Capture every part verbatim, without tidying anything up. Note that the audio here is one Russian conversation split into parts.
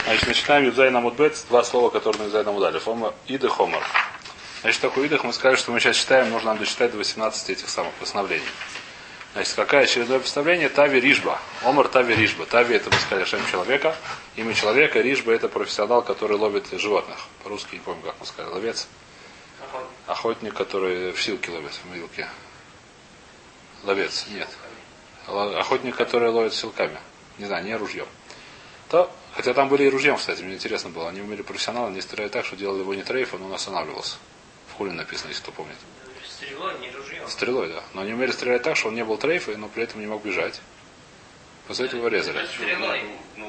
Значит, начинаем Юдзай Намудбет, два слова, которые на Юдзай Намудали. Фома Иды Хомар. Значит, такой Идах мы сказали, что мы сейчас читаем, нужно нам дочитать до восемнадцати этих самых постановлений. Значит, какая очередное постановление? Тави Ришба. Омар Тави Ришба. Тави это, мы сказали, шем человека. Имя человека. Ришба это профессионал, который ловит животных. По-русски не помню, как мы сказали. Ловец. Охотник, Охотник который в силке ловит, в вилке. Ловец. Нет. Охотник, который ловит силками. Не знаю, не ружьем. То, хотя там были и ружьем, кстати, мне интересно было. Они умели профессионалы, они стреляли так, что делали его не трейфом, но он останавливался. В хуле написано, если кто помнит. Стрелой, не ружьем. Стрелой, да. Но они умели стрелять так, что он не был трейфой, но при этом не мог бежать. После этого его резали. Стрелой.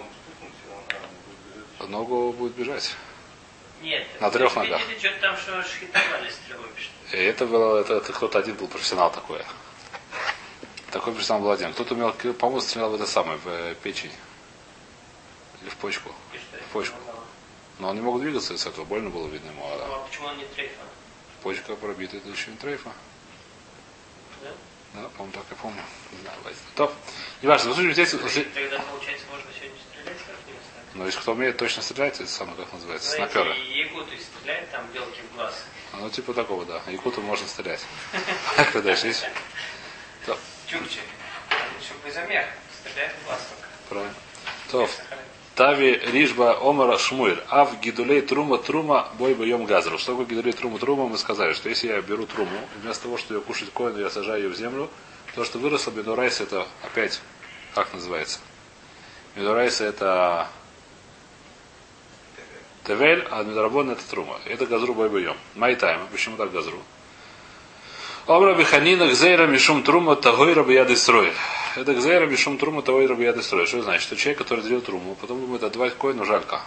Ногу будет бежать. Нет. На трех ногах. Видели, что-то там, что шхитовали стрелой. И это было, это, это кто-то один был профессионал такой. Такой профессионал был один. Кто-то умел, по-моему, стрелял в это самое, в печень. Или в почку. В почку. Но он не мог двигаться с этого, больно было видно ему. А, а почему он не трейфа? Почка пробита, это еще не трейфа. Да? Да, по-моему, так я помню. Не знаю, то. Не важно, слушай, здесь. Тогда, получается, можно сегодня стрелять, как не оставить? Но если кто умеет точно стрелять, это самое, как называется, Знаете, снайперы. И якуты стреляют, там белки в глаз. Ну, типа такого, да. Якуту можно стрелять. Когда есть. Чукчи. Чтобы замех. Стреляет в глаз только. Правильно. То. Тави Ришба Омара Шмуэль. Ав Гидулей Трума Трума Бой Бойом Газру. Что такое Гидулей Трума Трума? Мы сказали, что если я беру труму, вместо того, чтобы ее кушать коину, я сажаю ее в землю, то, что выросло, Бедурайс, это опять, как называется? Бедурайс это Тевель, а Медорабон это трума. Это Газру Бой Бойом. Майтайм. Почему так Газру? Омра Биханина Гзейра Мишум Трума Тагойра Бияды Строит. Это Гзейра Мишум Трума Тагойра Бияды Строит. Что значит? Что человек, который делил труму, потом думает, отдавать коину жалько.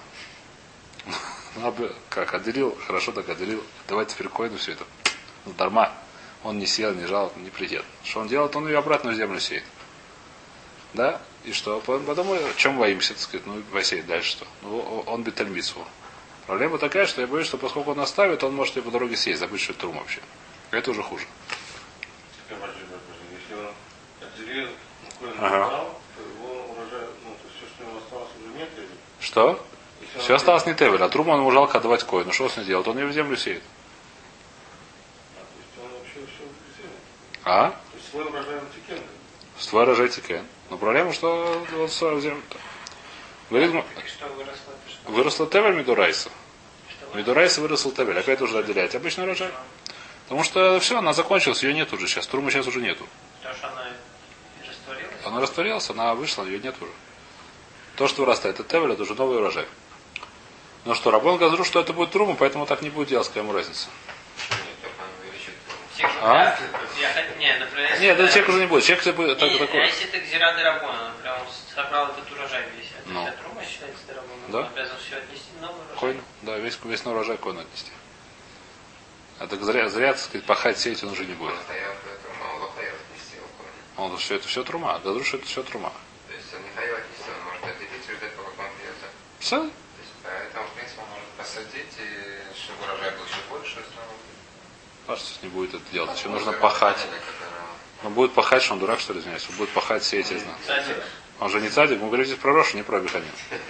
Как, отделил, хорошо так отделил. Давай теперь коину все это. Ну, дарма. Он не сел, не жал, не приедет. Что он делает? Он ее обратно в землю сеет. Да? И что? Потом, о чем боимся, так сказать, ну, посеять дальше что? Ну, он бетальмитсву. Проблема такая, что я боюсь, что поскольку он оставит, он может ее по дороге съесть, забыть, что это трум вообще. Это уже хуже. Если он отделил, ага. то его урожай, ну, то все, что у него осталось, уже нет или? Что? Если все осталось не тевель, а труму он ему жалко отдавать коину. Ну что с ним делать? Он ее в землю сеет. А, то есть он вообще все выкусил? А? То есть свой урожай он тикен? Свой урожай тикен. Но проблема, что он свой в землю. Говорит, что выросло? Что? Выросло тевель Медурайса. Медурайса выросл тевель. Опять нужно отделять. Обычный урожай. Потому что все, она закончилась, ее нет уже сейчас. Трумы сейчас уже нету. Потому что она растворилась? Она растворилась, она вышла, ее нет уже. То, что вырастает, это тевель, это уже новый урожай. Ну что, Рабон Газру, что это будет трума, поэтому так не будет делать, какая ему разница. А? Нет, например, Нет, это человек уже не будет. Человек будет так, такой. А если это Гзира Дерабона, например, он собрал этот урожай весь, это Ну. вся трума считается Дерабона, Да. он обязан все отнести в новый урожай. Койн, да, весь, весь новый урожай койн отнести. А так зря, зря, так сказать, пахать, сеять он уже не будет. Он все это все трума. Газру, что это все трума. То есть он не хаял отнести, он может отделить и ждать, пока он придется. Все? То есть поэтому, в принципе, он может посадить, и чтобы урожай был еще больше, снова. Кажется, не будет это делать. Еще нужно пахать. Он будет пахать, что он дурак, что ли, извиняюсь. Он будет пахать, сеять, я знаю. Он же не цадик, мы говорим здесь про Рошу, не про Абиханин.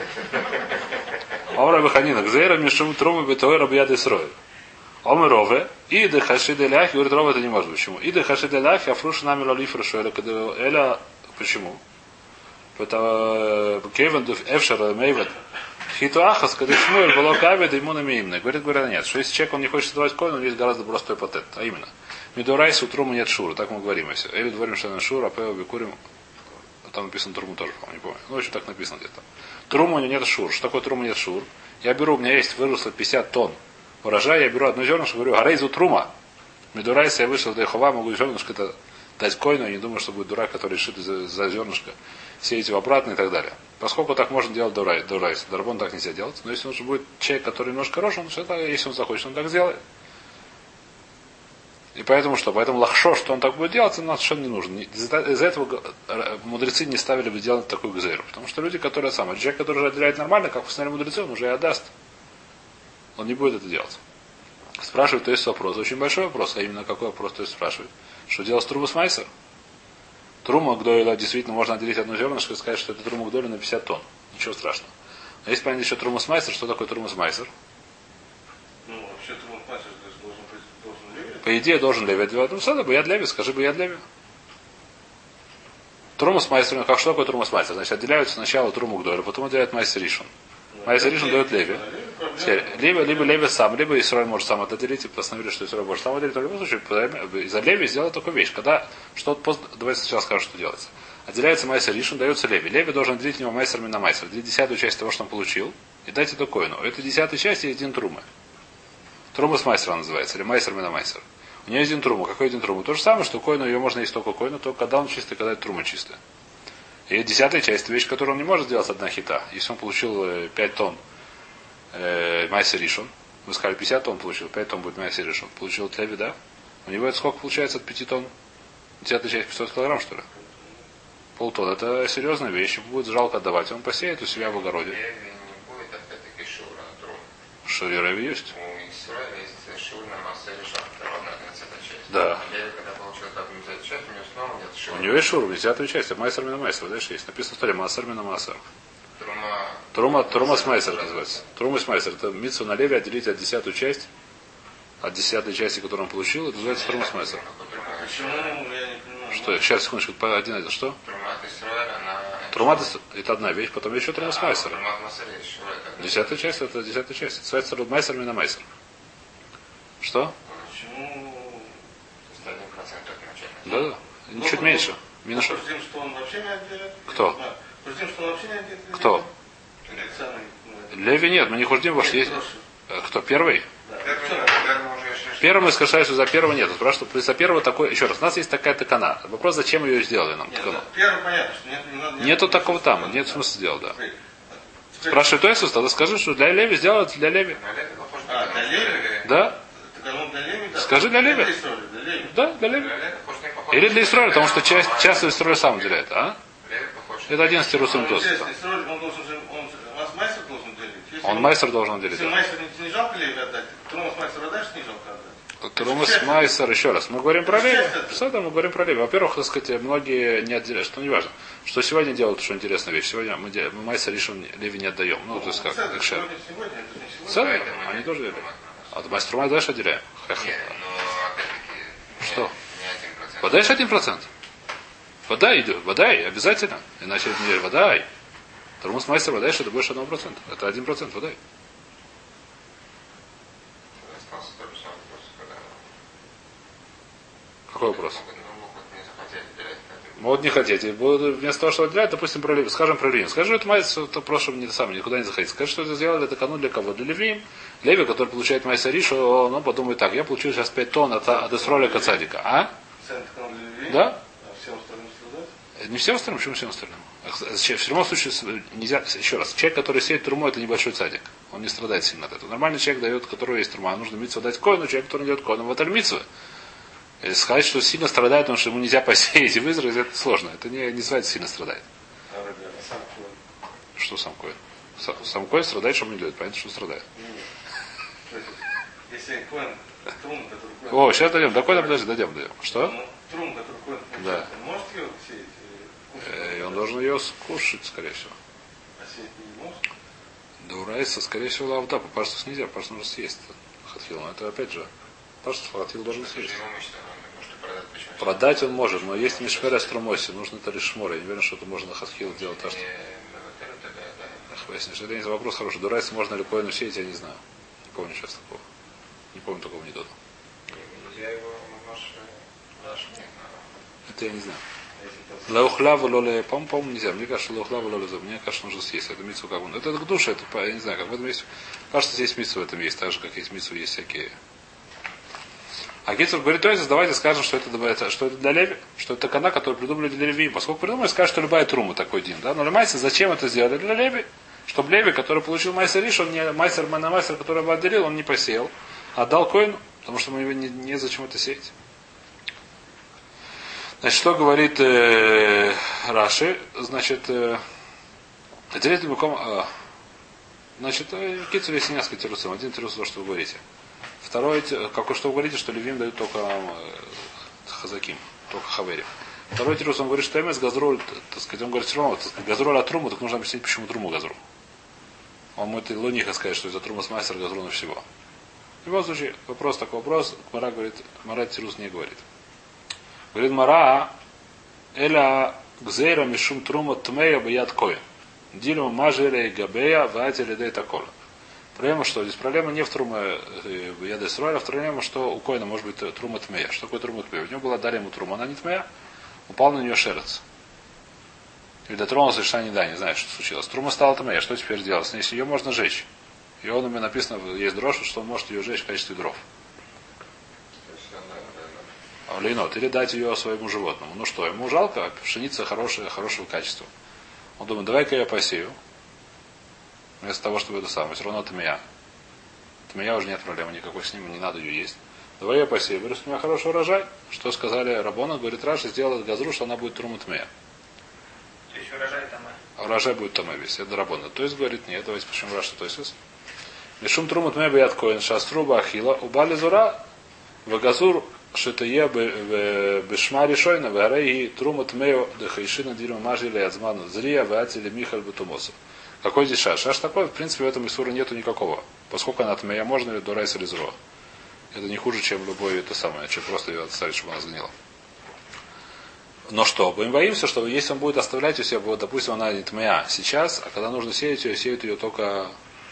Омра Абиханина, Гзейра Мишум Трумы Бетой Рабьяды Срой. Омы Рове, и де Хашиде Ляхи, говорит, Рове это не может быть. Почему? И де Хашиде Ляхи, афруш нами лолифра шуэля, эля, почему? Потому Кевен дуф Эвшара Мейвет. Хиту Ахас, когда Шмуэль было кавид, ему намеимный. Говорит, говорят, нет, что если человек он не хочет давать коин, у него есть гораздо простой патент. А именно. Медурайс у трумы нет шура, так мы говорим. Если. Или говорим, что на шура, а пео бекурим. Там написано труму тоже, по-моему, не помню. Ну, в общем, так написано где-то. Труму у него нет шур. Что такое труму нет шур? Я беру, у меня есть, выросло пятьдесят тонн урожая, я беру одно зернышко, говорю, гарейзу трума. Медурайс, я вышел до Эхова, могу зернышко это дать коину, я не думаю, что будет дурак, который решит за, за зернышко сеять его обратно и так далее. Поскольку так можно делать дурайс, дарбон так нельзя делать. Но если он же будет человек, который немножко рожен, он это, если он захочет, он так сделает. И поэтому что? Поэтому лахшо, что он так будет делать, нам совершенно не нужно. Из-за этого мудрецы не ставили бы делать такую гзейру. Потому что люди, которые самые, человек, который же отделяет нормально, как постановили мудрецы, он уже и отдаст. Он не будет это делать. Спрашивает, то есть вопрос. Очень большой вопрос, а именно какой вопрос то есть спрашивает. Что делать с трубус майсер? Трума Гдойла действительно можно отделить одну зернышко и сказать, что это трума Гдойла на пятьдесят тонн. Ничего страшного. А если понять еще Трумас Майсер, что такое Трумас Майсер? Ну, вообще Трумас Майсер должен быть, должен Леви. По идее должен Леви отдавать. Ну, сада бы я Леви, скажи бы я Леви. Трумас Майсер, как что такое Трумас Майсер? Значит, отделяют сначала Труму Гдолю, потом отделяют Майсер Ришон. Майсер Ришон дает Леви. Либо, либо Леви сам, либо Исраиль может сам это отделить, и постановили, что Исраиль может сам отделить. В любом случае, из-за Леви сделать такую вещь. Когда что пост... Давайте сначала скажем, что делается. Отделяется Майсер Ришон, дается Леви. Леви должен отделить него Майсер на Майсер, отделить десятую часть того, что он получил, и дать это коину. У этой десятой части есть один Трумы. Трумас Майсера называется, или Майсер на Майсер. У нее есть один Труму. Какой один Труму? То же самое, что коину ее можно есть только коину, только когда он чистый, когда это Трума чистая. И десятая часть, вещь, которую он не может сделать одна хита. Если он получил пять тонн э, Майсер Ришон, вы сказали пятьдесят тонн получил, пять тонн будет Майсер Ришон. Получил от Леви, да? У него это сколько получается от пяти тонн? Десятая часть пятьсот килограмм, что ли? Полтонна. Это серьезная вещь. Ему будет жалко отдавать. Он посеет у себя в огороде. Леви не будет опять-таки шура на Труму. Что, Леви есть? У Исраиля есть шур на Майсер Ришон, ровно одиннадцатая часть. Да. Леви, когда получил одиннадцатую часть, у него снова нет шура. У него есть шур, десятую часть, а Майсер на Майсер. Дальше есть. Написано в столе Майсер на Майсер. Трума... Трума, Трума с Майсер называется. Трума с Майсер. Это митсу на Леви отделить от десятую часть, от десятой части, которую он получил, это называется Трума с Майсер. Почему я не понимаю? Что? Сейчас, секундочку, по один это что? Трумат Исраиля, она... Трумат это одна вещь, потом еще Трума с Майсер. Трумат Майсер есть шура. Десятая часть это десятая часть. Это называется Майсер на Майсер. Что? Почему? один процент от начала. Да, да. Ну, чуть меньше. Минус Мы ждем, что он вообще не отделяет? Кто? Мы ждем, что он вообще не отделяет? Кто? Самый, ну, Леви нет, мы не худим ваш есть. прошлый. Кто? Первый? Да. Первый, Вчера. первый уже шесть. Первым мы скажем, что за первого нет. Спрашивают, что за первого такой. Еще раз, у нас есть такая такана. Вопрос, зачем ее сделали нам? Нет, такану? да, первый понятно, что нет, не надо... Нету нет, такого нет, там, нет, нет да. смысла сделать, да. Теперь- Спрашивает Тойсус, тогда скажи, что для Леви сделают для Леви. Но Леви похож А, на для Леви? Да? Так оно для Леви, да? Скажи для Леви. Для Исроля, для Леви. Да, для Леви. Леви похож не похож. Или для Исроля, потому что часть, часть Исроля сам уделяет, а? Леви похож. Это одиннадцать русым Он Тос. интересно, Исроль, он должен же, он же, у нас Майсер должен делить. Если Он Майсер должен делить. Если Да. Майсер не, не жалко Леви отдать, Трумас Майсер отдашь, не жалко отдать. Трумас Майсер, еще раз. Мы говорим про Леви. Сада, мы говорим про Леви. Во-первых, так сказать, многие не отделяют, что не важно. Что сегодня делают, что интересная вещь. Сегодня мы, делаем, мы Майсер решим, Леви не отдаем. Ну, то есть как, Это как шер. сегодня, сегодня, это не сегодня. Сада, они тоже делят. А Майсер Майсер дальше отделяем. Нет, но опять-таки... Что? Не один процент. Водай один процент. Вода идет, водай, обязательно. Иначе это не верь, водай. Трумас Майсер водай, что это больше одного процента. Это один процент, водай. Остался тот же самый вопрос, когда... Какой вопрос? Могут, ну, могут не захотеть отделять как-то. Могут не хотеть. И будут вместо того, чтобы отделять, допустим, про Леви, скажем про Левим. Скажи, это Майсер, это прошлым не сам, никуда не заходить. Скажи, что это сделали, это канун для кого? Для Левим. Леви, который получает Майсер Ришу, он подумает так, я получил сейчас пять тонн от, от Исроля к Цадика. А? Центр канал для Леви. Да? А всем остальным страдать? Не всем остальным, почему всем остальным? В любом случае, нельзя, еще раз, человек, который сеет труму, это небольшой цадик. Он не страдает сильно от этого. Нормальный человек дает, который есть трума, нужно митцву дать коину, человек, который не дает коину, вот это митцва. Сказать, что сильно страдает, потому что ему нельзя посеять и вызрать, это сложно. Это не, не называется сильно страдает. А, ребята, сам коин. Что сам коин? Сам, сам коин страдает, что он не делает. Понятно, что страдает. То есть, если коин, трум, который коин... О, сейчас дойдем. До коина, подожди, дойдем, дойдем. Что? Ну, трум, который коин Да. получает, он может ее сеять? или кушать? Э, И он должен ее скушать, скорее всего. А сеять не может? Да урайса, скорее всего, лавда. По парсус нельзя, парсус нужно съесть. Хатхил. Но это опять же, парсус хатхил должен Это же съесть. его мечта, он может продать почему. Продать он может, но есть мишмера струмоси, нужно это лишь шмора. Я не уверен, что это можно на хатхил сделать. Так что... Не, ну, во-первых, тогда, да. Ах, выяснишь, это не вопрос хороший. Дурайса можно ли коину сеять, я не знаю. Не помню сейчас такого. Не помню такого не додал. Нельзя его, может, наш нет, Это я не знаю. Если там Лаухлаву лоле, по-моему, по-моему, нельзя. Мне кажется, лаухлаву лоле зуб. Мне кажется, нужно съесть. Это митсу как он. Это к душе, это, по- я не знаю, как в этом есть. Кажется, здесь митсу в этом есть, так же, как есть митсу, есть всякие. А Гитцер говорит, то есть, давайте скажем, что это, это, что это для Леви, что это кана, который придумали для Леви. Поскольку придумали, скажут, что любая трума такой дин. Да? Но Майсер, зачем это сделали? Для Леви. Чтобы Леви, который получил Майсер Риш, он не Майсер на Майсер, который его отделил, он не посеял. Отдал коину, потому что мы его не, не зачем это сеять. Значит, что говорит э, Раши? Значит, э, отделить быком. Э, значит, э, Кицур есть несколько тирусов. Один тирус то, что вы говорите. Второй, как что вы говорите, что Левим дают только э, Хазаким, только Хаверим. Второй тирус, он говорит, что Эмес Газроль, так сказать, он говорит, все равно, так сказать, Газроль от Труму, так нужно объяснить, почему Труму Газроль. Он может и луниха сказать, что это трумас мастер газруна всего. В любом случае, вопрос такой вопрос, Мара говорит, Мара Тирус не говорит. Говорит Мара, эля гзейра мишум трума тмея баят коин. Дилема мажеля и габея ваатели дей такола. Проблема что? Здесь проблема не в труме яда Исруаля, а проблема, что у коина может быть трума тмея. Что такое трума тмея? У него была дали ему трума, она не тмея, упал на нее шерец. Или дотронулся совершенно не да, не знает, что случилось. Трума стала тмея, что теперь делать? Если ее можно жечь. И он у меня написано, есть дрожь, что он может ее жечь в качестве дров. А лейнот, или дать ее своему животному. Ну что, ему жалко, а пшеница хорошая, хорошего качества. Он думает, давай-ка я посею. Вместо того, чтобы это самое. Все равно тмея. Тмея уже нет проблемы никакой с ним, не надо ее есть. Давай я посею. Вырастет у меня хороший урожай. Что сказали Рабона? Говорит, Раши сделал газру, что она будет труму тмея. То есть урожай там. А урожай будет тмея весь. Это Рабона. То есть говорит, нет, давайте почему Раши то есть. Мишум труму тмея бьят коин, шаструба ахила, убали зура, вагазур, шитае бешма решойна, варей трума тмею дехайшина дирма мажили язману зрия, ваатили михаль бутумосов. Какой здесь шаш? Шаш такой, в принципе, в этом Исура нету никакого. Поскольку она тмея, можно ли дурайс или зро. Это не хуже, чем любое это самое, чем просто ее отставить, чтобы она сгнила. Но что? Мы боимся, что если он будет оставлять у себя, вот, допустим, она не тмея сейчас, а когда нужно сеять ее, сеют ее только,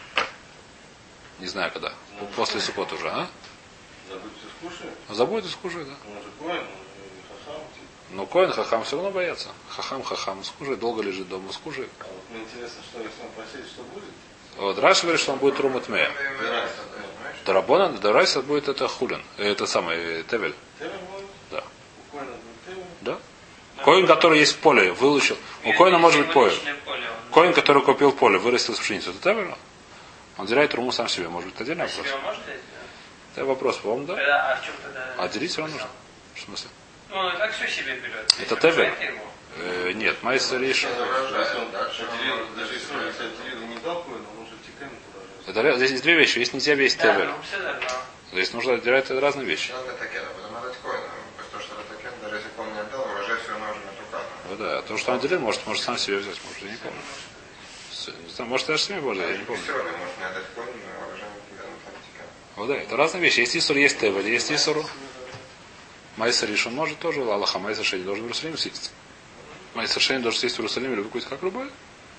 не знаю когда, ну, после суккот уже, а? Забудь и скушай. Забудет и скушает, да. Он же коин, он же хахам. Типа. Но коин, хахам все равно боятся. Хахам, хахам, скушает, долго лежит дома, скушает. А вот мне интересно, что если он просит, что будет? Вот Раши говорит, что он будет трумат тмея. Дарабона, Дарайса будет это хулин. Это самый Тевель. Тевель будет? Да. У коина будет Тевель? Да. Коин, который есть в поле, вылучил. У коина может быть поле. Коин, который купил поле, вырастил пшеницу. Это Тевель? Он теряет труму сам себе. Может быть, отдельный вопрос? Это вопрос, по-моему, да? А в чем тогда? А делить все равно нужно. В смысле? Ну, он так все себе берет. Это Тевель? Э, нет, Майса Риш. Если он отделил, даже если он отделил и не дал коину, он уже тикаем туда же. Это, здесь есть две вещи. Есть нельзя весь Да, Тевель. ну, все равно. Здесь нужно отделять разные вещи. Надо такен, а потом отдать коину. Потому что такен, даже если он не отдал, урожай все равно уже на руках. Ну да, то, что он отделил, может, может сам себе взять, может, я не помню. Не знаю, может, даже себе может, я не помню. Все равно может не отдать коину, но урожай не там такен. Вот да, это разные вещи. Есть Исур, есть Тевель, есть Исур. Майса Риш, он может тоже, Аллаха, Майса Шейни должен в Иерусалиме съесть. Майса Шейни должен съесть в Иерусалиме или выкупить как любой.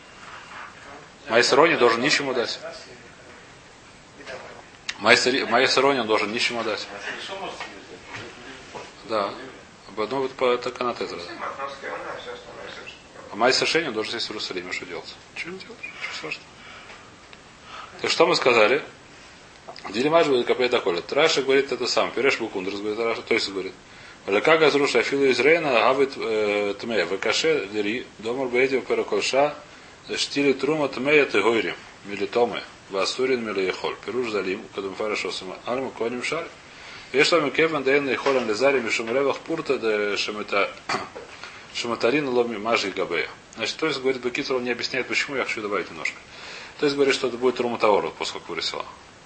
Майса Рони должен ничему дать. Майса Рони он должен ничему дать. Что может съездить? Да. Ну, вот по это канатезра. Махновская она, все остальное, все, что... А Майса Шейни он должен съесть в Иерусалиме. Что делать? Ничего не делать. Ничего страшного. Так что мы сказали? Дилимаш будет капей такой. Раша говорит это сам. Переш Букундрас говорит Раша, то есть говорит. Валяка газруша афилу из Рейна гавит тмея. Векаше дери. Домар бейдив перекольша. Штили трума тмея тегойрим. Милитомы. Васурин милиехоль. Перуш залим. Кадум фарашосама. Альма коним шаль. Вешлами кеван дейна и холем лизари мишумревах пурта де шамета шаматарин ломи мажи габея. Значит, то есть говорит Бекитер, он не объясняет, почему, я хочу добавить немножко. То есть говорит, что это будет трума таору, поскольку выросла.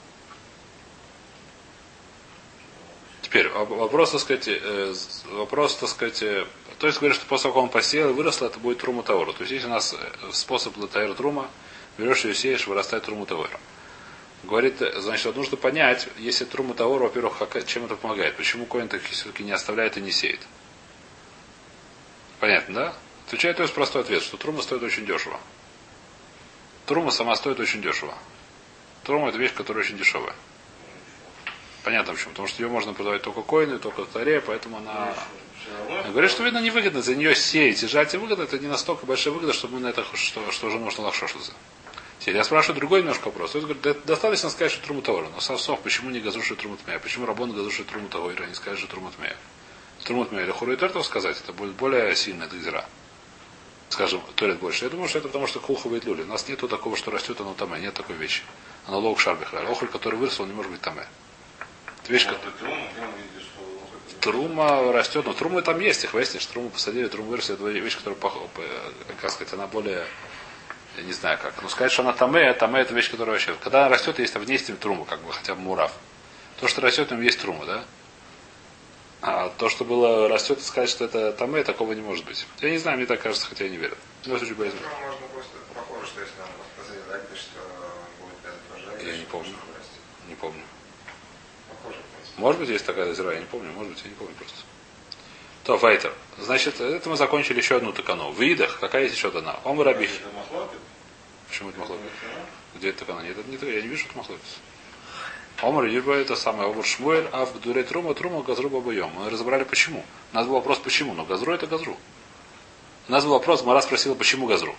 Теперь, вопрос, так сказать, э, вопрос, так сказать, э, то есть говорит, что после того, как он посеял и выросло, это будет трума таору. То есть есть у нас способ латаэр трума, берешь ее, сеешь, вырастает труму таору. Говорит, значит, вот нужно понять, если труму таору, во-первых, чем это помогает, почему коин так все-таки не оставляет и не сеет. Понятно, да? Отвечает, то есть простой ответ, что трума стоит очень дешево. Трума сама стоит очень дешево. Трума это вещь, которая очень дешевая. Понятно почему. Потому что ее можно продавать только коины, только таре, поэтому она... Говорит, что видно невыгодно за нее сеять и жать и выгода, это не настолько большая выгода, чтобы мы на это, что, что уже нужно лахшошиться. Теперь я спрашиваю другой немножко вопрос. То есть, говорит, достаточно сказать, что труму таора. Но совсов, почему не газрушит труму тмея? Почему Рабон газрушит труму таора, а не скажет, что труму тмея? Труму тмея или хуру и тертов сказать, это будет более сильная дызра. Скажем, торит больше. Я думаю, что это потому, что кулха выйдет люли. У нас нету такого, что растет оно таме. Нет такой вещи. Аналог шарбихра. Охоль, который вырос, он не может быть таме. Вещь, как... Трума растет, но трумы там есть, их выяснишь, труму посадили, труму выросли, это вещь, которая, как сказать, она более, я не знаю как, но сказать, что она таме, а таме это вещь, которая вообще, когда она растет, есть в ней трума, как бы, хотя бы мурав. То, что растет, в нем есть трума, да? А то, что было растет, и сказать, что это таме, такого не может быть. Я не знаю, мне так кажется, хотя я не верю. Но это очень боязно. Можно просто похоже, что если нам посадили, что помню. Похоже, в принципе. Может быть, есть такая зира, я не помню, может быть, я не помню просто. То, Вайтер. Значит, это мы закончили еще одну такану. В видах, какая есть еще одна? Ом Раби. Это махлокет? Почему это махлокет? Где это такана? Нет, это не такая, я не вижу, это махлокет. Омар Юрба это самое. Омар Шмуэль, а в Гдуре Трума, Трума, Газру Бабуем. Мы разобрали почему. У нас был вопрос почему, но Газру это Газру. У нас был вопрос, Мара спросила, почему Газру.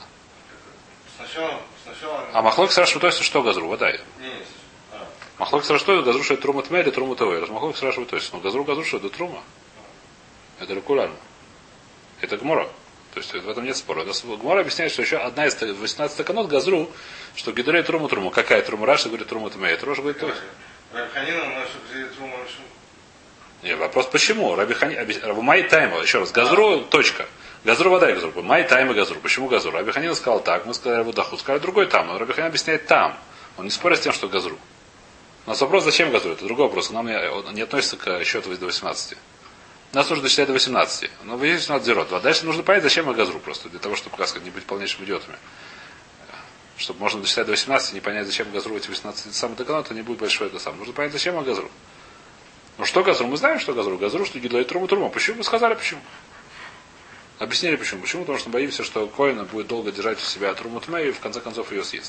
Сначала, сначала... А Махлок спрашивает, то есть что Газру? Вода. Не, а, Махлок спрашивает, что это Газру, что это Трума Тме или Трума Тв. Раз Махлок спрашивает, то есть, ну Газру, Газру, что это Трума. Это регулярно. Это Гмора. То есть в этом нет спора. Это Гмора объясняет, что еще одна из восемнадцати канот Газру, что Гидурей Труму Труму. Какая Трума? Раша говорит Трума Тме. Это Роша говорит, то есть. Рабханина, наша где Трума Рашим. Нет, вопрос почему? Раби Хани, Май Тайма, еще раз, Газру, точка. Газру вода и Газру. Май Тайма Газру. Почему Газру? Раби Ханина сказал так, мы сказали Вудаху, сказали другой там. Но Раби Ханина объясняет там. Он не спорит с тем, что Газру. У нас вопрос, зачем Газру? Это другой вопрос. К нам не, не относится к счету до восемнадцати. Нас нужно досчитать до восемнадцати. Но вы здесь надо зерот. А дальше нужно понять, зачем мы Газру просто. Для того, чтобы, как сказать, не быть полнейшими идиотами. Чтобы можно досчитать до восемнадцати, не понять, зачем Газру эти восемнадцать самых доконов, то не будет большой это сам. Нужно понять, зачем мы Газру. Ну что Газру? Мы знаем, что Газру. Газру, что Гидлой Труму Труму. Почему? Мы сказали, почему. Объяснили, почему. Почему? Потому что боимся, что Коина будет долго держать у себя Труму Тме и в конце концов ее съест.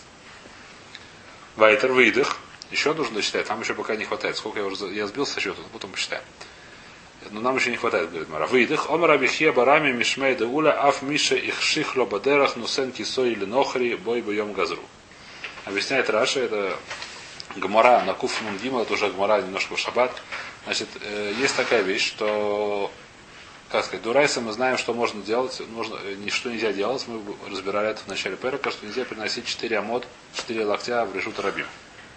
Вайтер, выдох. Еще нужно досчитать. Там еще пока не хватает. Сколько я уже я сбил со счета, потом посчитаем. Но нам еще не хватает, говорит Мара. Выдох. Омар Абихе Барами Мишмей Дауля Аф Миша их Шихло Бадерах Нусен Кисой или Нохри Бой Боем Газру. Объясняет Раша, это Гмара на Куф Мунгима, это уже Гмара немножко в шаббат. Значит, есть такая вещь, что, как сказать, Дурайса мы знаем, что можно делать, можно, что нельзя делать. Мы разбирали это в начале Перека, что нельзя переносить четыре амод, четыре локтя в решут рабим.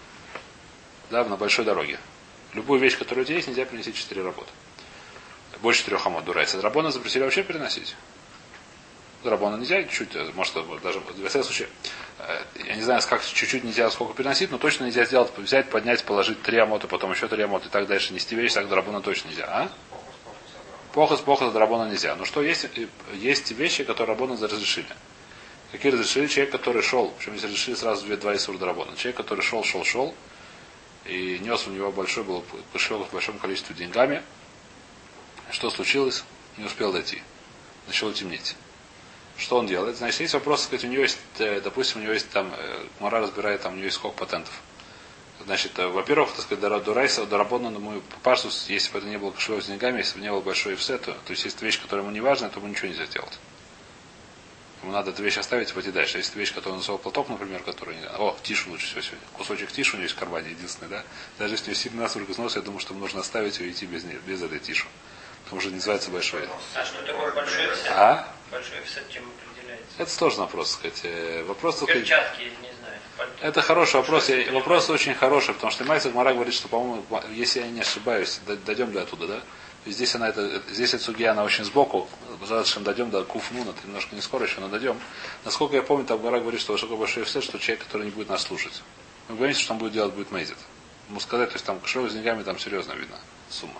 Да, на большой дороге. Любую вещь, которая у тебя есть, нельзя переносить четыре работы. Больше трех амод Дурайса. Рабона запретили вообще переносить. Рабона нельзя, чуть, может, даже в этом случае, я не знаю, как чуть-чуть нельзя сколько переносить, но точно нельзя сделать, взять, поднять, положить три амота, потом еще три амота и так дальше нести вещи, так до Рабона точно нельзя. А? Похос, похос до Рабона нельзя. Но что есть, есть вещи, которые Рабона разрешили. Какие разрешили? Человек, который шел, причем здесь разрешили сразу две, два Исура до Рабона. Человек, который шел, шел, шел, и нес у него большой был кошелек в большом количестве деньгами. Что случилось? Не успел дойти. Начало темнеть. Что он делает? Значит, есть вопрос, сказать, у него есть, допустим, у него есть там, Мара разбирает, там у него есть сколько патентов. Значит, во-первых, так сказать, до Райса, до Рабона, ему Парсус, если бы это не было кошелек с деньгами, если бы не было большой эфсе, то, то есть, если это вещь, которая ему не важна, то ему ничего нельзя сделать. Ему надо эту вещь оставить и пойти дальше. Если это вещь, которую он называл платок, например, который... О, тишу лучше всего сегодня. Кусочек тишу у него есть в кармане единственный, да? Даже если у него сильно насморк из носа, я думаю, что ему нужно оставить ее и идти без, без этой тишу. Потому что называется большой. А что такое большой офсет? А? Большой офсет чем определяется? Это тоже вопрос, сказать. Вопрос, Перчатки, сказать, я не знаю. Пальто. Это хороший вопрос. Я, вопрос очень хороший, потому что Майса Гмара говорит, что, по-моему, если я не ошибаюсь, дойдем до оттуда, да? Здесь она это, здесь эта судья, она очень сбоку. Задачем дойдем до Куфнуна, это немножко не скоро еще, но дойдем. Насколько я помню, там Гмара говорит, что такой большой офсет, что человек, который не будет нас слушать. Мы говорим, что он будет делать, будет мейзит. Ему сказать, то есть там кошелек с деньгами, там серьезно видно сумма.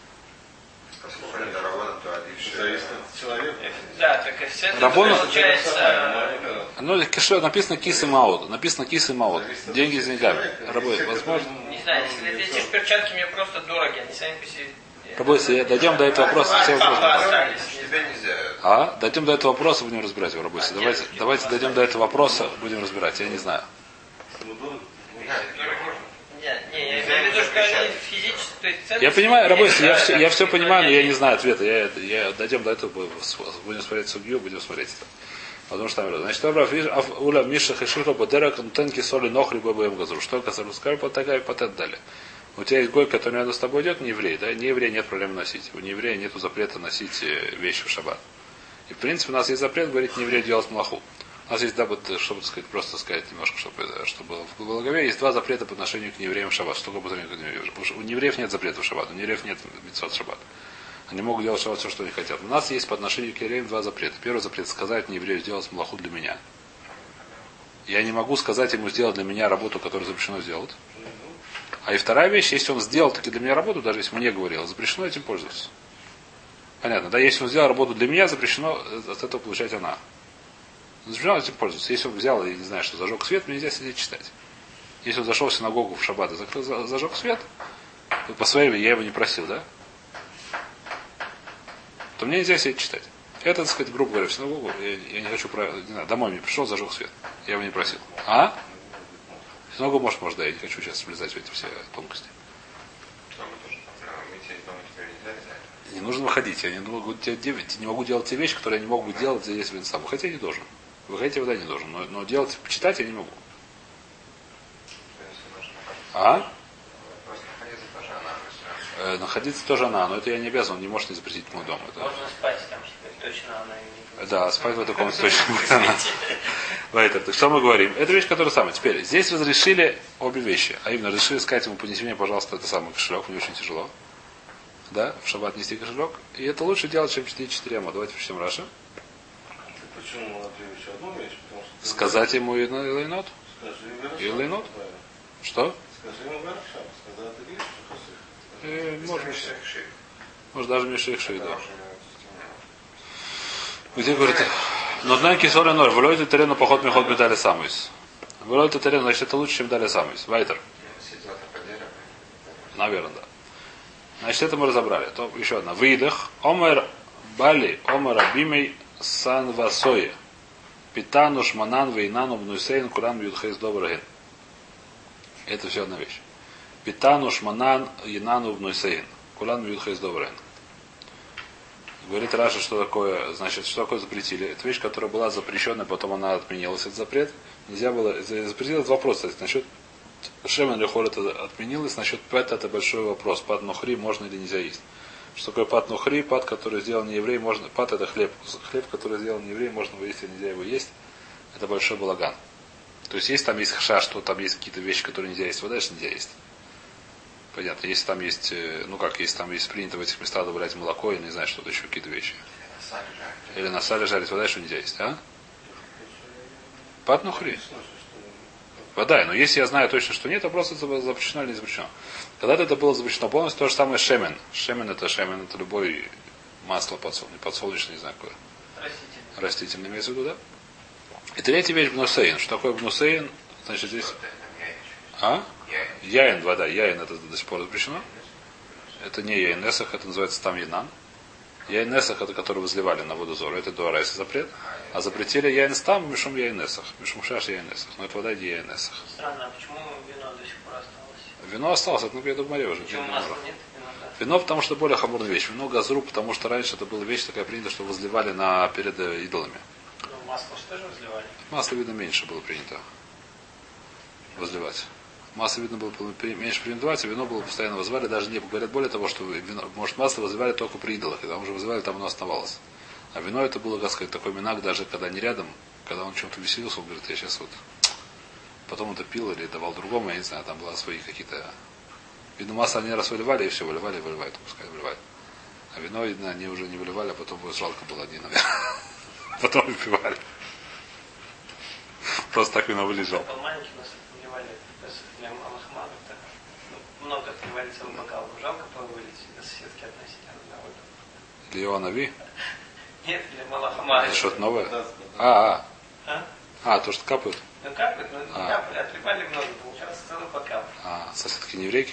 Зависит от человека. Да, так офсет Рабона... получается... Ну, кишо, написано кис и маут. Написано кис и маут. Деньги с деньгами. Работает. Возможно. Не знаю, если эти перчатки мне просто дороги, они сами по себе... Рабойся, дойдем до этого вопроса. Все вопросы. Тебе нельзя. А? Дойдем до этого вопроса, будем разбирать его, Рабойся. Давайте, давайте дойдем до этого вопроса, будем разбирать. Я не знаю. Нет, не, я имею в виду, что они физически, то есть ценности... Я понимаю, Рабойся, я все, я все понимаю, но я не знаю ответа. Я, я дойдем до этого, будем смотреть судью, будем смотреть это. Потому что там, значит, Уля Миша Хешиха Бадера Контенки Соли Нохри Бабаем Газру. Что касается скажу, вот такая патент дали. У тебя есть гой, который рядом с тобой идет, не еврей, да? Не еврей нет проблем носить. У нееврея нет запрета носить вещи в шаббат. И в принципе у нас есть запрет говорить не еврею делать млаху. У нас есть, да, вот, чтобы сказать, просто сказать немножко, чтобы, чтобы в голове, есть два запрета по отношению к неевреям в шаббат. Что такое по отношению к неевреям? Потому что у неевреев нет запрета в шаббат, у неевреев нет мицвот в шаббат. Они могут делать в шаббат все, что они хотят. У нас есть по отношению к евреям два запрета. Первый запрет сказать нееврею сделать млаху для меня. Я не могу сказать ему сделать для меня работу, которую запрещено сделать. А и вторая вещь, если он сделал таки для меня работу, даже если мне говорил, запрещено этим пользоваться. Понятно, да? Если он сделал работу для меня, запрещено от этого получать она. Запрещено этим пользоваться. Если он взял, я не знаю, что зажег свет, мне нельзя сидеть читать. Если он зашел в синагогу в шаббат и закрыл, зажег свет, то по своей я его не просил, да? То мне нельзя сидеть читать. Это, так сказать, грубо говоря, в синагогу, я, я не хочу, про, не знаю, домой мне пришел, зажег свет. Я его не просил. А? В синагогу может, может, да, я не хочу сейчас влезать в эти все тонкости. Не нужно выходить. Я не могу, не могу делать те вещи, которые я не мог бы делать, если бы сам. Хотя я не должен. Выходить я вода не должен. Но, но делать, читать я не могу. А? Э, находиться тоже она, но это я не обязан, он не может не запретить мой дом. Это... Можно спать там, что точно она не... Да, спать в этой комнате точно будет она. Вайтер, так что мы говорим? Это вещь, которая самая. Теперь, здесь разрешили обе вещи. А именно, разрешили сказать ему, понеси мне, пожалуйста, это самый кошелек, мне очень тяжело. Да, в шаббат нести кошелек. И это лучше делать, чем четыре ама. Давайте прочтем Раша. Почему надо еще одну вещь? Потому что Сказать ему и лейнот? Скажи И лейнот? Что? Скажи ему Барахшам, когда ты видишь, что Э, может, может даже Мишейх Шей, да. Где говорит, но знаки соры ноль, вылойте терен поход мехот медали самуис. Вылойте терен, значит это лучше, чем дали самуис. Вайтер. Наверное, да. Значит, это мы разобрали. То еще одна. Выдох. Омер Бали, Омер Абимей Сан Васое. Питану Шманан Вейнану Бнусейн Куран Юдхейс Добрагин. Это все одна вещь. Питану Шманан Янану Бнусейн. Куран Юдхейс Добрагин. Говорит Раша, что такое, значит, что такое запретили. Это вещь, которая была запрещена, потом она отменилась, этот запрет. Нельзя было, запретили этот вопрос, кстати, насчет Шемен Лехор это отменилось, насчет Пэта это большой вопрос. Пат Нухри можно или нельзя есть. Что такое пат Нухри? Пат, который сделал не еврей, можно. Пат это хлеб. Хлеб, который сделал не еврей, можно его есть или нельзя его есть. Это большой балаган. То есть есть там есть хаша, что там есть какие-то вещи, которые нельзя есть, вот дальше нельзя есть. Понятно. Если там есть, ну как, если там есть принято в этих местах добавлять молоко, или не знаю, что-то еще, какие-то вещи. Или на сале жарить, вот дальше нельзя есть, а? Пат Нухри. Вода, но если я знаю точно, что нет, то просто запрещено или не запрещено. Когда-то это было запрещено полностью, то же самое шемен. Шемен это шемен, это любой масло подсолнечное, подсолнечное, не знаю какое. Растительное. Растительное имеется в виду, да? И третья вещь бнусейн. Что такое бнусейн? Значит, здесь... А? Яин, вода. Яин это до сих пор запрещено. Это не яин несах, это называется там янан. Яин несах это который возливали на воду зору. Это дуарайса запрет. А запретили яин стам, мишум яин несах. Мишум шаш яин несах. Но это вода не яин несах. Странно, а почему вино до сих пор осталось? Вино осталось, это ну, я думаю, уже. Почему масла нет? Вино, да. Вино, потому что более хамурная вещь. Вино газру, потому что раньше это была вещь такая принята, что возливали на, перед идолами. Ну, масло что же разливали? Масло, видно, меньше было принято возливать. Масло, видно, было меньше принято, а вино было постоянно возливали. Даже не говорят более того, что вино, может, масло возливали только при идолах. И там уже возливали, там оно оставалось. А вино это было, как сказать, такой минак, даже когда не рядом, когда он чем-то веселился, он говорит, я сейчас вот потом это пил или давал другому, я не знаю, там было свои какие-то... Видно, масло они раз выливали, и все, выливали, и выливают, пускай выливают. А вино, видно, они уже не выливали, а потом будет жалко было одни, наверное. Потом выпивали. Просто так вино вылежал. Маленький нас выливали для Малахмана. Ну, много отливали целый бокал. Жалко было вылить, до соседки относить. Для Иоаннави? Нет, для Малахмана. Это что-то новое? А, а. А? А, то, что капают? Ну капают, но не А. капали. Отливали много, получалось целый бокал. А, соседки не еврейки?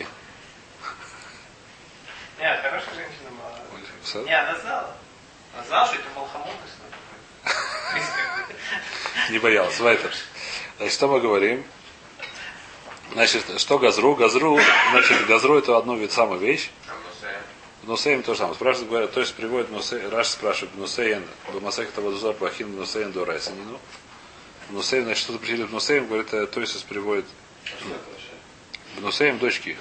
Нет, хорошая женщина была. Ой, Не, она знала. Она знала, что это Малхамон. Не боялась. Вайтер. Значит, что мы говорим? Значит, что газру? Газру, значит, газру это одно вид самая вещь. Бнусейн то же самое. Спрашивают, говорят, то есть приводит Бнусейн, Раш спрашивает, Бнусейн, Бамасах Табадузор, Бахин, Бнусейн, Дорайсанину. Бнусейн, значит, что запретили Бнусейн, говорит, то есть приводит Бнусейн дочки.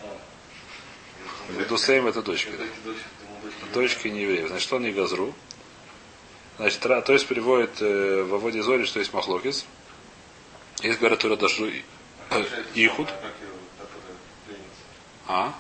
Бнусейн это дочки, да. Дочки не евреев. Значит, что не газру? Значит, то есть приводит э, в Аводе Зори, что есть махлокис. Есть, говорят, Тура Дашру э, Ихуд. А?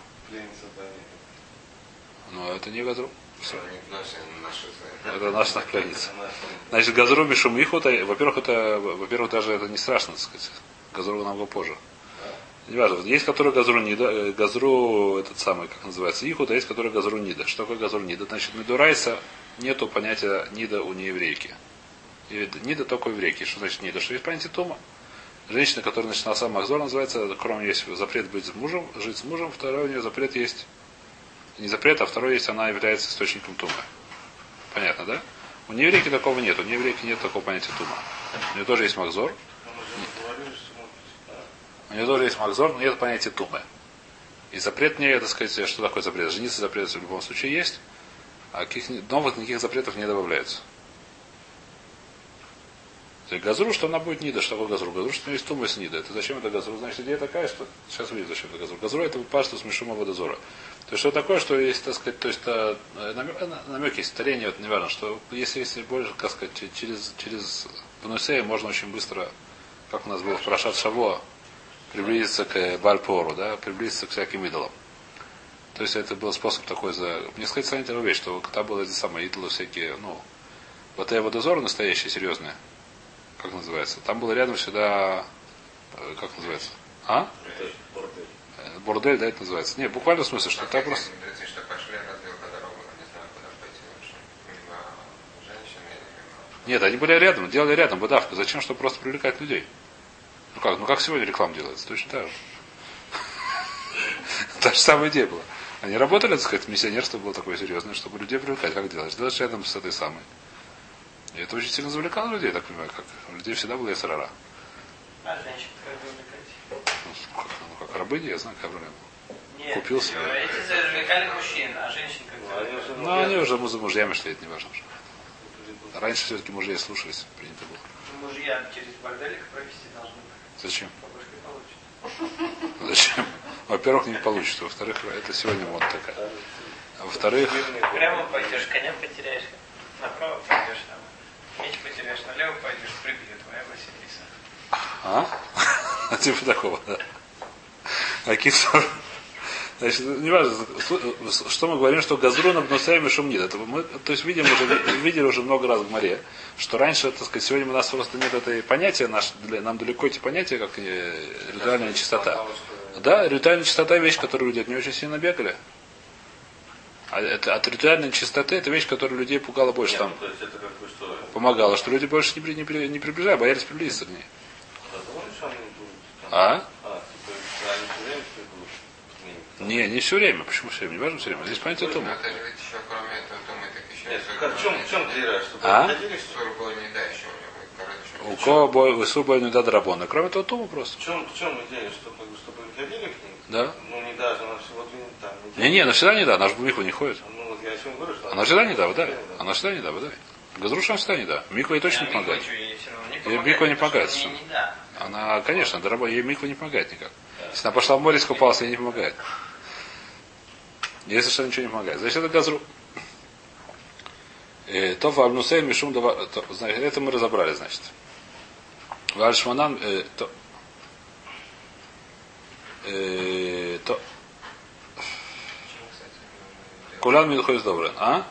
Но это не газру. Все. Это наша пленница. Значит, газру мишум ихуд, во-первых, это, во-первых, даже это не страшно, так сказать. Газру намного позже. Не важно. Есть, которые газру нида, газру этот самый, как называется, ихуд, а есть, которые газру нида. Что такое газру нида? Значит, медурайса нету понятия нида у нееврейки. Нида только у еврейки. Что значит нида? Что есть понятие тума. Женщина, которая начинала махзор, называется, кроме есть запрет быть с мужем, жить с мужем, второй у нее запрет есть. Не запрет, а второй есть, она является источником тумы. Понятно, да? У нееврейки такого нет. У нееврейки нет такого понятия тума. У нее тоже есть махзор. У нее тоже есть махзор, но нет понятия тумы. И запрет мне, так сказать, что такое запрет? Жениться запрет в любом случае есть, а каких новых никаких запретов не добавляется. То есть газру, что она будет нида, что такое газру? Газру, что у нее есть тума с нида. Это зачем это газру? Значит, идея такая, что сейчас увидим, зачем это газру. Газру это пашту с мишума водозора. То есть что такое, что есть, так сказать, то есть это, намек есть, старение, это неважно, что если если больше, как сказать, через через Бнусея можно очень быстро, как у нас было в Парашат Шаво, приблизиться к Бальпору, да, приблизиться к всяким идолам. То есть это был способ такой за. Мне сказать, станет вещь, что когда были эти самые идолы всякие, ну, вот эти водозоры настоящие, серьезные. Как называется? Там было рядом всегда, как называется? А? Бордель. Бордель, да, это называется. Не, буквально в смысле, что там просто. Нет, они были рядом, делали рядом, выдавку. Зачем, чтобы просто привлекать людей? Ну как, ну как сегодня реклама делается? Точно так же. Та же самая идея была. Они работали, так сказать, миссионерство было такое серьезное, чтобы людей привлекать. Как делать? Делать рядом с этой самой. И это очень сильно завлекало людей, я так понимаю, как. У людей всегда была эсрара. А женщин как завлекать? Ну, как, ну, как рабыни, я знаю, как проблема. Нет, Купился. эти завлекали мужчин, а женщин как завлекали? Ну, они уже за мужьями шли, это не важно уже. Раньше все-таки мужей слушались, принято было. Мужья через борделик провести должны быть. Зачем? По башке получится. Зачем? Во-первых, не получится. Во-вторых, это сегодня мода такая. А во-вторых... Прямо пойдешь, коня потеряешь. Направо пойдешь, там. Меч потеряешь, налево пойдешь, прибьет твоя Василиса. А? Типа такого, да. А кисор... Значит, неважно, что мы говорим, что газру на бнусаем и шумнит. Это мы, то есть видим уже, видели уже много раз в море, что раньше, так сказать, сегодня у нас просто нет этой понятия, наш, для, нам далеко эти понятия, как э, ритуальная чистота. Да, ритуальная чистота вещь, которую люди от нее очень сильно бегали. А это, от ритуальной чистоты это вещь, которая людей пугала больше. Нет, там ну, это как бы что... помогала, что люди больше не, не, не, не приближали, боялись приблизиться к ней. А? Не, не все время. Почему все время? Не важно все время. Здесь понятие тума. Это же ведь еще кроме этого тумы, так еще нет, как, в чем, в чем клира? Чтобы а? ходили, что ли? Не да, еще у него. У кого бой высу не да драбона. Кроме того, тума просто. В чем, в чем идея, чтобы, чтобы ходили к ним? Да. Ну не даже, она всего там. Не, не, она всегда не да, она же в микву не ходит. Ну вот я о чем говорю, что она всегда не да, да. Она всегда не да, да. Газруша всегда не да. Миква ей точно не помогает. Ей миква не помогает. Она, конечно, ей миква не помогает никак. Если она пошла в море, искупалась, ей не помогает. Ей совершенно ничего не помогает. Значит, это газру. То в Альнусей Мишум дава. Значит, это мы разобрали, значит. В Альшманан то. То. Кулян Милхойс Добрен. А?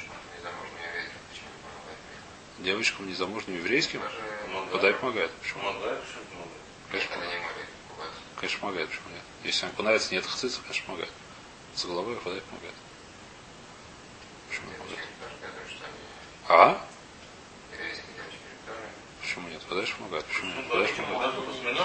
Девочкам незамужним еврейским? Подай помогает. Почему? Конечно помогает. Конечно помогает. Почему нет? Если он понравится, нет хцица, конечно помогает. С головой вода помогает. Почему не помогает? А? Почему нет? Вода помогает. Почему нет? Вода помогает.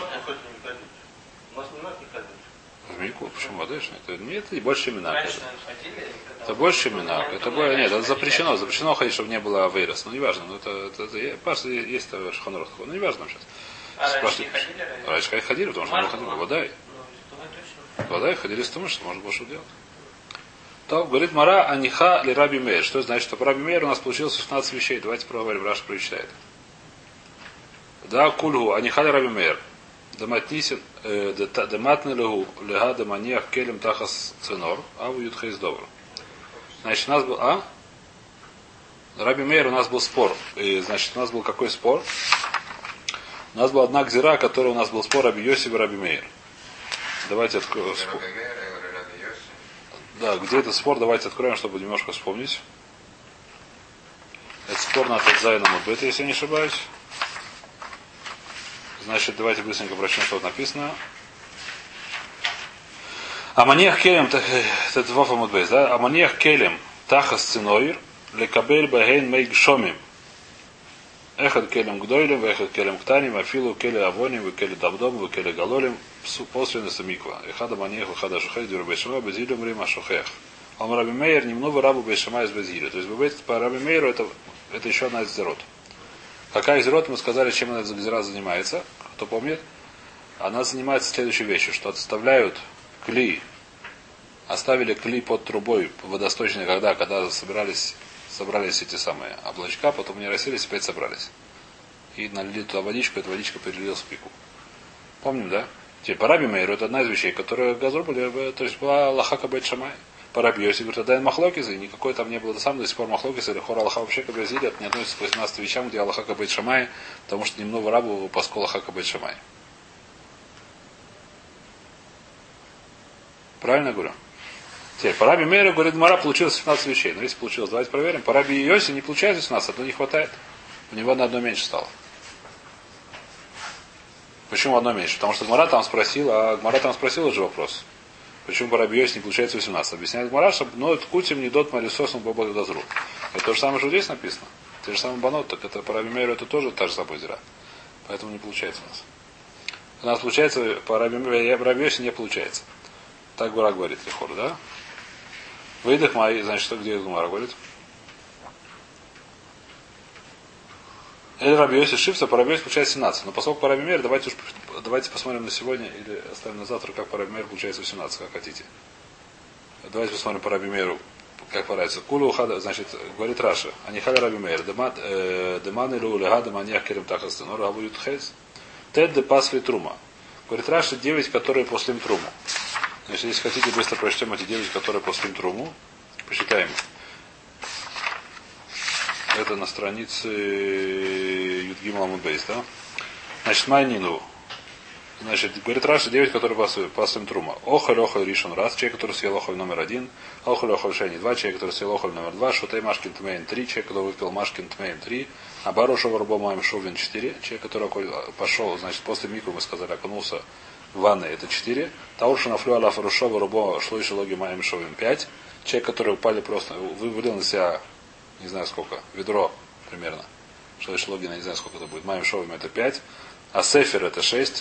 В Мику? Почему вода? Это нет, это больше имена. Это, это больше имена. Это более, нет, это запрещено. Запрещено ходить, чтобы не было авейрос. Ну не важно. Но это, это, это паша, есть шханор такой. Ну не важно сейчас. А раньше не ходили? Раньше как ходили, потому что мы ходили. Вода. Вода ходили с тумой, что можно больше делать. То говорит Мара Аниха ли Раби Мейр. Что значит, что по Раби Мейр у нас получилось шестнадцать вещей. Давайте проговорим, Раша прочитает. Да, кульгу, Аниха ли Раби Мейр. Даматнисин, даматны легу, лега даманиях келем тахас ценор, а в ютхейс добр. Значит, у нас был, а? Раби Мейр у нас был спор. И, значит, у нас был какой спор? У нас была одна гзира, которая у нас был спор Раби Йосиф и Раби Мейр. Давайте откроем спор. Да, где этот спор, давайте откроем, чтобы немножко вспомнить. Это спор на Тадзайном Убет, если я не ошибаюсь. Значит, давайте быстренько прочтем, что тут написано. Аманиях келем, это Вафа Мудбейс, да? Аманиях келем тахас циноир лекабель багейн мейг шомим. Эхад келем гдойлем, эхад келем ктаним, афилу келе авоним, келе давдом, келе галолем, после насамиква. Эхада манех, эхада шухех, дюра бешама, безилем рима шухех. Ам Раби Мейер немного рабу бешама из безиля. То есть, вы видите, по Раби Мейеру это, это еще одна из зерот. Какая из зерот, мы сказали, чем она из зера занимается. Кто помнит? Она занимается следующей вещью, что отставляют кли, оставили кли под трубой водосточной, когда, когда собирались собрались эти самые облачка, потом не расселись, опять собрались. И налили туда водичку, эта водичка перелилась в пику. Помним, да? Теперь по Раби Мейру это одна из вещей, которые газру были, то есть была лахака бейт шамай. По Раби Йоси говорит, тогда махлокис, и никакой там не было до сам до сих пор махлокис, или хора Аллаха вообще кабезили, это не относится к восемнадцати вещам, где Аллаха бейт шамай, потому что немного рабу паскол Аллаха бейт шамай. Правильно говорю? Теперь, по Раби Мейру, говорит, Мара получилось семнадцать вещей. Но если получилось, давайте проверим. По Раби Йоси не получается семнадцать, одно не хватает. У него на одно меньше стало. Почему одно меньше? Потому что Гмара там спросил, а Гмара там спросил уже вопрос. Почему по Раби Йоси не получается восемнадцать? Объясняет Гмара, что но кутим не дот малисосом баба газру. Это то же самое, что здесь написано. Те же самые банот, так это по Раби Мейру это тоже та же самая зира. Поэтому не получается у нас. У нас получается, по Раби Йоси не получается. Так Гмара говорит, Лихор, да? Выдох мои, значит, что где Гумара говорит? Эль Раби Йоси Шифса, по Раби Йоси получается семнадцать. Но поскольку по Раби Мейру, давайте, уж, давайте посмотрим на сегодня или оставим на завтра, как по Раби Мейру получается восемнадцать, как хотите. Давайте посмотрим по Раби Мейру, как понравится. Кулу хада, значит, говорит Раша, они хали Раби Мейру, деман или улега, деманьях керем тахасты, но рабу ютхейс. Тед де пасли трума. Говорит Раша, девять, которые после труму. Значит, если хотите, быстро прочтем эти девять, которые после труму. Посчитаем. Это на странице Юдгим Ламудбейс, да? Значит, Майнину. Значит, говорит Раша, девять, которые после трума. Охоль, охоль, ришон раз, человек, который съел охоль номер один. Охоль, охоль, шейни два, человек, который съел охоль номер два. Шутей машкин тмейн три, человек, который выпил машкин тмейн три. А бароша варбо маем шовин четыре, человек, который пошел, значит, после микро, мы сказали, окунулся в ванной, это четыре. Таурша нафлю аля фарушова рубо шло еще логи маем шовин пять. Человек, который упали просто, вывалил на себя, не знаю сколько, ведро примерно. Шло еще логи, не знаю сколько это будет. Маем шовин это пять. А сефер это шесть.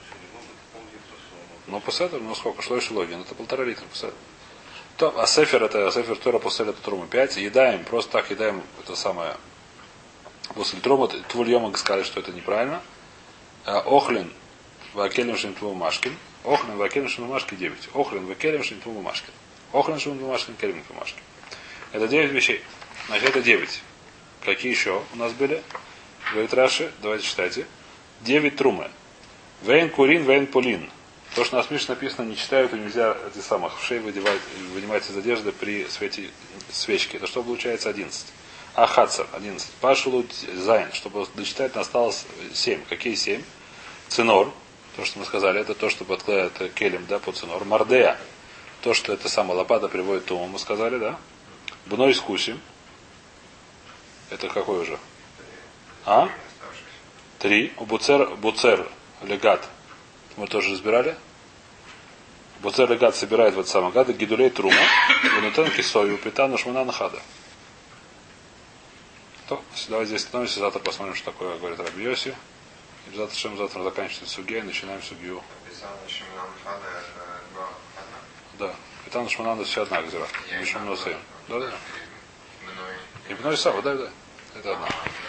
Ну, пусетер, ну сколько? Шло еще логи, это полтора литра пусетер. То, а сефер это, сефер Тора после это трумы пять. Едаем, просто так едаем, это самое, после трума, твульема сказали, что это неправильно. А охлин, вакелем шинтву машкин. Охлин, вакелем шинтву машкин девять. Охлин, вакелем шинтву машкин. Охлин, шинтву машкин, келем машкин. Это девять вещей. Значит, это девять. Какие еще у нас были? Говорит Раши, давайте читайте. Девять трумы. Вейн курин, вейн пулин. То, что на Мишне написано, не читают и нельзя этих самых в шею выдевать, вынимать из одежды при свете свечки. Это что получается одиннадцать. Ахацар одиннадцать. Пашулу зайн. Чтобы дочитать, осталось семь. Какие семь? Цинор. То, что мы сказали, это то, что подкладывает келем, да, по цинор. Мардея. То, что это самая лопата приводит к тому, мы сказали, да. Бной скусим. Это какой уже? А? Три. Буцер, буцер, легат. Мы тоже разбирали. Буцер легат собирает вот самое гада, гидулей трума, ванутен кисою, питану шмана хада. То, давайте здесь становимся, завтра посмотрим, что такое говорит Раби Йоси. И завтра, чем завтра заканчивается сугия, начинаем сугию. Да. Питану шмана все одна гзира. Еще много. Да, да. И бной сава, да, да. Это одна.